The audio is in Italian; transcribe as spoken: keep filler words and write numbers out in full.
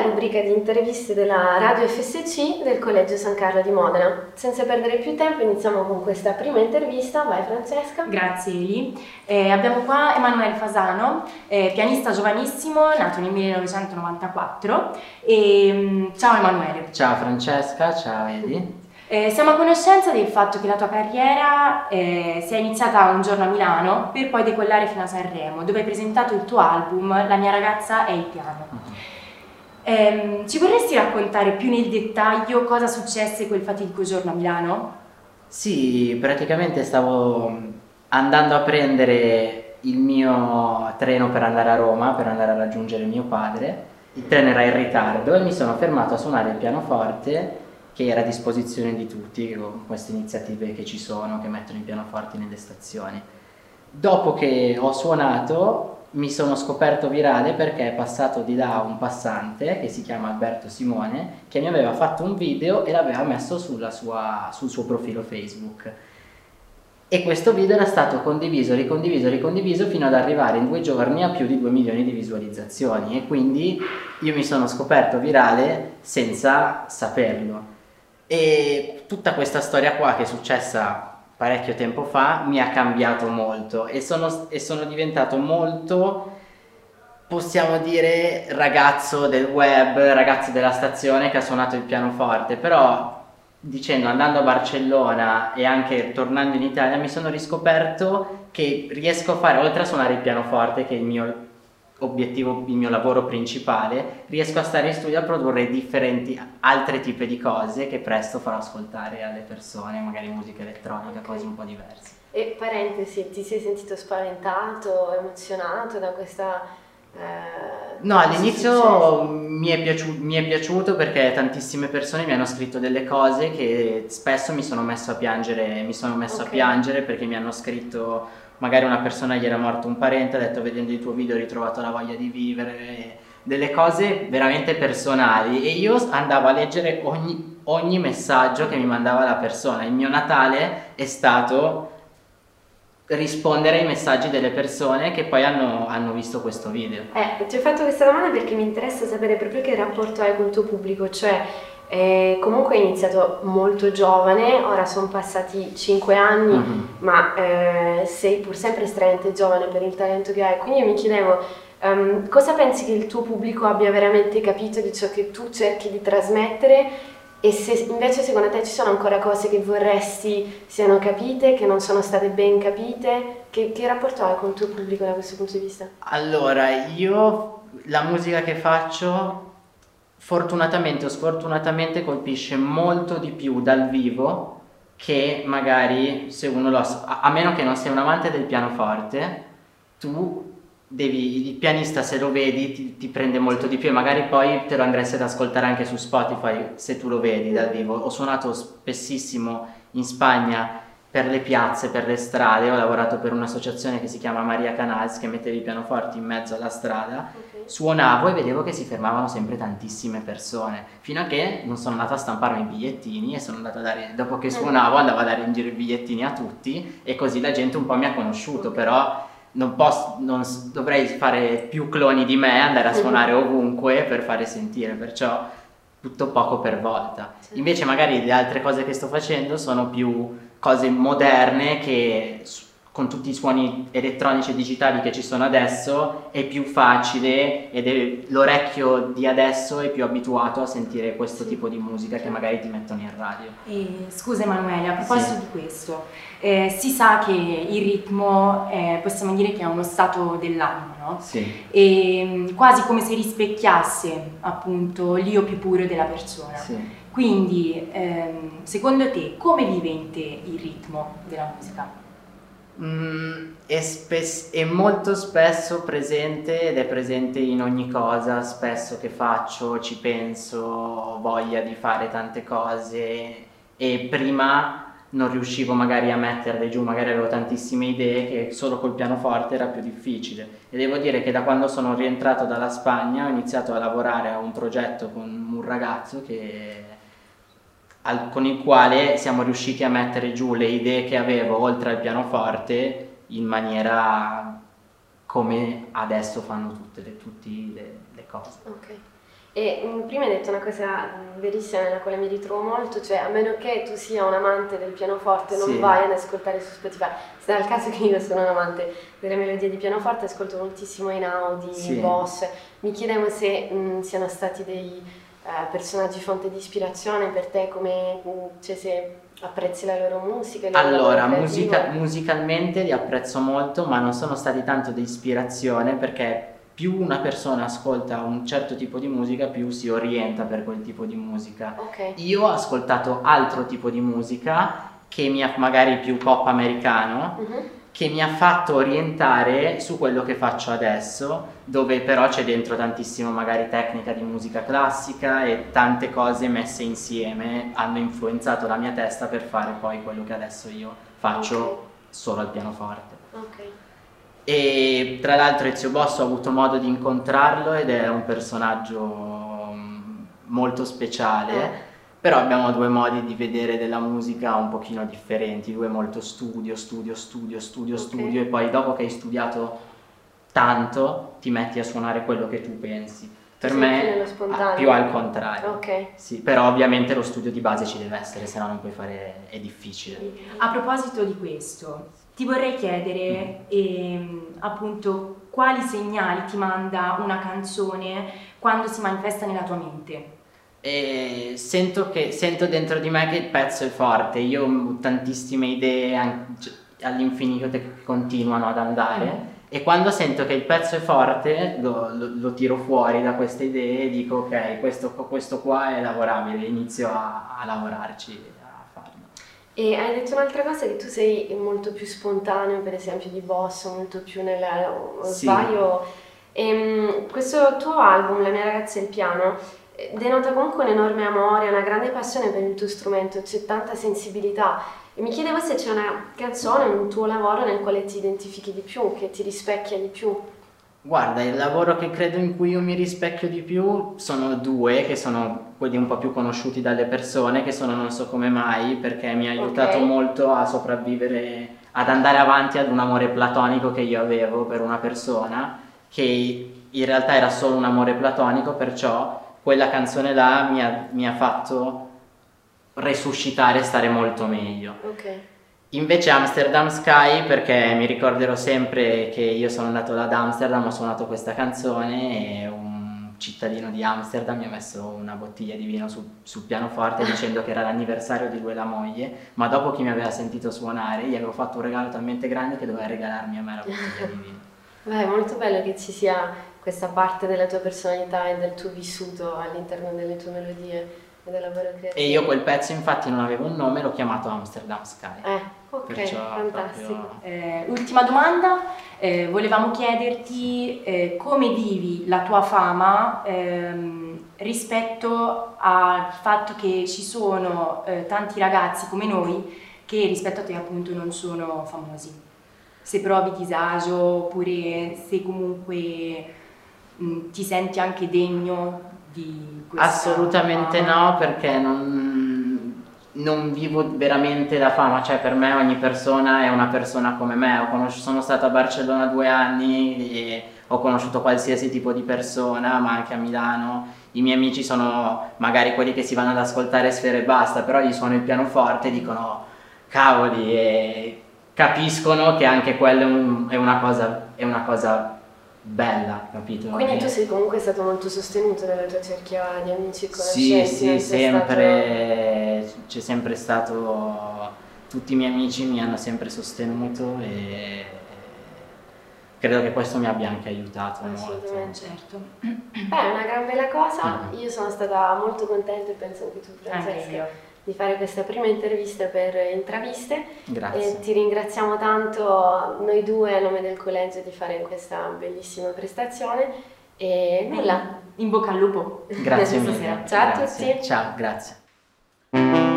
rubrica di interviste della Radio F S C del Collegio San Carlo di Modena. Senza perdere più tempo iniziamo con questa prima intervista. Vai Francesca. Grazie Eli. Eh, abbiamo qua Emanuele Fasano, eh, pianista giovanissimo, nato nel millenovecentonovantaquattro. E, ciao Emanuele. Ciao Francesca, ciao Eli. Eh, siamo a conoscenza del fatto che la tua carriera eh, sia iniziata un giorno a Milano per poi decollare fino a Sanremo, dove hai presentato il tuo album La mia ragazza è il piano. Uh-huh. eh, ci vorresti raccontare più nel dettaglio cosa successe quel fatidico giorno a Milano? Sì, praticamente stavo andando a prendere il mio treno per andare a Roma, per andare a raggiungere mio padre. Il treno era in ritardo e mi sono fermato a suonare il pianoforte, che era a disposizione di tutti con queste iniziative che ci sono, che mettono i pianoforti nelle stazioni. Dopo che ho suonato mi sono scoperto virale perché è passato di là un passante che si chiama Alberto Simone, che mi aveva fatto un video e l'aveva messo sulla sua, sul suo profilo Facebook. E questo video era stato condiviso, ricondiviso, ricondiviso fino ad arrivare in due giorni a più di due milioni di visualizzazioni, e quindi io mi sono scoperto virale senza saperlo. E tutta questa storia qua, che è successa parecchio tempo fa, mi ha cambiato molto e sono, e sono diventato molto, possiamo dire, ragazzo del web, ragazzo della stazione che ha suonato il pianoforte. Però dicendo, andando a Barcellona e anche tornando in Italia, mi sono riscoperto che riesco a fare, oltre a suonare il pianoforte, che è il mio obiettivo, il mio lavoro principale, riesco a stare in studio a produrre differenti altre tipi di cose che presto farò ascoltare alle persone, magari musica elettronica, cose un po' diverse. E parentesi, ti sei sentito spaventato, emozionato da questa... Eh, no, all'inizio mi è, piaciu- mi è piaciuto perché tantissime persone mi hanno scritto delle cose che spesso mi sono messo a piangere, mi sono messo okay. a piangere perché mi hanno scritto... Magari una persona gli era morto un parente, ha detto vedendo i tuoi video ho ritrovato la voglia di vivere, delle cose veramente personali, e io andavo a leggere ogni, ogni messaggio che mi mandava la persona. Il mio Natale è stato rispondere ai messaggi delle persone che poi hanno, hanno visto questo video. Eh, ti ho fatto questa domanda perché mi interessa sapere proprio che rapporto hai con il tuo pubblico, cioè Eh, comunque hai iniziato molto giovane, ora sono passati cinque anni, uh-huh. ma eh, sei pur sempre estremamente giovane per il talento che hai, quindi io mi chiedevo um, cosa pensi che il tuo pubblico abbia veramente capito di ciò che tu cerchi di trasmettere, e se invece secondo te ci sono ancora cose che vorresti siano capite, che non sono state ben capite. Che, che rapporto hai con il tuo pubblico da questo punto di vista? Allora, io la musica che faccio fortunatamente o sfortunatamente colpisce molto di più dal vivo che magari se uno lo a, a meno che non sei un amante del pianoforte, tu devi, il pianista se lo vedi ti, ti prende molto di più, e magari poi te lo andresti ad ascoltare anche su Spotify se tu lo vedi dal vivo. Ho suonato spessissimo in Spagna per le piazze, per le strade, ho lavorato per un'associazione che si chiama Maria Canals, che metteva i pianoforti in mezzo alla strada, okay. Suonavo e vedevo che si fermavano sempre tantissime persone, fino a che non sono andato a stamparmi i bigliettini e sono andato a dare, dopo che suonavo andavo a dare in giro i bigliettini a tutti, e così la gente un po' mi ha conosciuto, okay. Però non posso, non, dovrei fare più cloni di me, andare a suonare ovunque per fare sentire, perciò tutto poco per volta. Invece magari le altre cose che sto facendo sono più cose moderne, che con tutti i suoni elettronici e digitali che ci sono adesso è più facile, ed l'orecchio di adesso è più abituato a sentire questo tipo di musica che magari ti mettono in radio. E, scusa Emanuele, a proposito sì. di questo, eh, si sa che il ritmo eh, possiamo dire che è uno stato dell'anima, no? Sì. E, quasi come se rispecchiasse appunto l'io più puro della persona. Sì. Quindi, ehm, secondo te, come vive in te il ritmo della musica? Mm, è, spes- è molto spesso presente, ed è presente in ogni cosa, spesso che faccio, ci penso, ho voglia di fare tante cose, e prima non riuscivo magari a metterle giù, magari avevo tantissime idee che solo col pianoforte era più difficile. E devo dire che da quando sono rientrato dalla Spagna ho iniziato a lavorare a un progetto con un ragazzo che... Al, con il quale siamo riusciti a mettere giù le idee che avevo oltre al pianoforte in maniera come adesso fanno tutte le, tutte le, le cose. Ok. E mh, prima hai detto una cosa mh, verissima nella quale mi ritrovo molto, cioè a meno che tu sia un amante del pianoforte non Sì. vai ad ascoltare su Spotify. Se dal caso che io sono un amante delle melodie di pianoforte, ascolto moltissimo Einaudi, Sì. Boss. Mi chiedevo se mh, siano stati dei eh, personaggi fonte di ispirazione per te, come, mh, cioè se apprezzi la loro musica. Il loro Allora, lavoro musica- creativo. musicalmente li apprezzo molto, ma non sono stati tanto di ispirazione, perché più una persona ascolta un certo tipo di musica, più si orienta per quel tipo di musica. Ok. Io ho ascoltato altro tipo di musica, che mi ha magari più pop americano, Mhm. che mi ha fatto orientare su quello che faccio adesso, dove però c'è dentro tantissimo magari tecnica di musica classica e tante cose messe insieme hanno influenzato la mia testa per fare poi quello che adesso io faccio Ok. solo al pianoforte. Ok. E tra l'altro Ezio Bosso ho avuto modo di incontrarlo ed è un personaggio mm, molto speciale. Eh. Però abbiamo due modi di vedere della musica un pochino differenti, lui è molto studio, studio, studio, studio, Ok. studio, e poi dopo che hai studiato tanto ti metti a suonare quello che tu pensi. Per sei più me nello spontaneo. più al contrario. Ok. Sì, però ovviamente lo studio di base ci deve essere, se no non puoi fare, è difficile. A proposito di questo, ti vorrei chiedere ehm, appunto quali segnali ti manda una canzone quando si manifesta nella tua mente. E sento, che, sento dentro di me che il pezzo è forte, io ho tantissime idee an- all'infinito che continuano ad andare, e quando sento che il pezzo è forte lo, lo- lo tiro fuori da queste idee e dico ok, questo, questo qua è lavorabile, inizio a, a lavorarci, a farlo. E hai detto un'altra cosa, che tu sei molto più spontaneo, per esempio di Boss, molto più nel o Sì. sbaglio. Ehm, questo tuo album, La mia ragazza e il piano, eh, denota comunque un enorme amore, una grande passione per il tuo strumento, c'è tanta sensibilità. E mi chiedevo se c'è una canzone, un tuo lavoro nel quale ti identifichi di più, che ti rispecchia di più. Guarda, il lavoro che credo in cui io mi rispecchio di più sono due, che sono quelli un po' più conosciuti dalle persone, che sono Non so come mai, perché mi ha aiutato Ok. molto a sopravvivere, ad andare avanti ad un amore platonico che io avevo per una persona, che in realtà era solo un amore platonico, perciò quella canzone là mi ha, mi ha fatto resuscitare e stare molto meglio. Ok. Invece Amsterdam Sky, perché mi ricorderò sempre che io sono andato là ad Amsterdam, ho suonato questa canzone e un cittadino di Amsterdam mi ha messo una bottiglia di vino sul, sul pianoforte dicendo che era l'anniversario di lui e la moglie, ma dopo che mi aveva sentito suonare gli avevo fatto un regalo talmente grande che doveva regalarmi a me la bottiglia di vino. Beh, è molto bello che ci sia questa parte della tua personalità e del tuo vissuto all'interno delle tue melodie e del lavoro creativo. E io quel pezzo infatti non avevo un nome, l'ho chiamato Amsterdam Sky. Eh, ok, Perciò fantastico. proprio- Eh, ultima domanda, eh, volevamo chiederti eh, come vivi la tua fama ehm, rispetto al fatto che ci sono eh, tanti ragazzi come noi che rispetto a te appunto non sono famosi. Se provi disagio oppure se comunque mh, ti senti anche degno di questa Assolutamente fama. no, perché non, non vivo veramente la fama, cioè per me ogni persona è una persona come me. Ho conosci- sono stato a Barcellona due anni e ho conosciuto qualsiasi tipo di persona, ma anche a Milano. I miei amici sono magari quelli che si vanno ad ascoltare Sfera e basta, però gli suono il pianoforte e dicono cavoli, e capiscono che anche quello è, un- è una cosa, è una cosa bella, capito? Quindi E- tu sei comunque stato molto sostenuto nella tua cerchia di amici e Sì, conoscenti, sì, non c'è sempre, c'è sempre stato, tutti i miei amici mi hanno sempre sostenuto e credo che questo mi abbia anche aiutato molto. Assolutamente. Certo. Beh, è una gran bella cosa, Mhm. io sono stata molto contenta e penso anche tu, Anche Francesca, io. di fare questa prima intervista per Intraviste. Grazie. E ti ringraziamo tanto noi due a nome del collegio di fare questa bellissima prestazione e nulla. In bocca al lupo. Grazie mille. Stasera. Ciao a grazie. tutti. Ciao, grazie.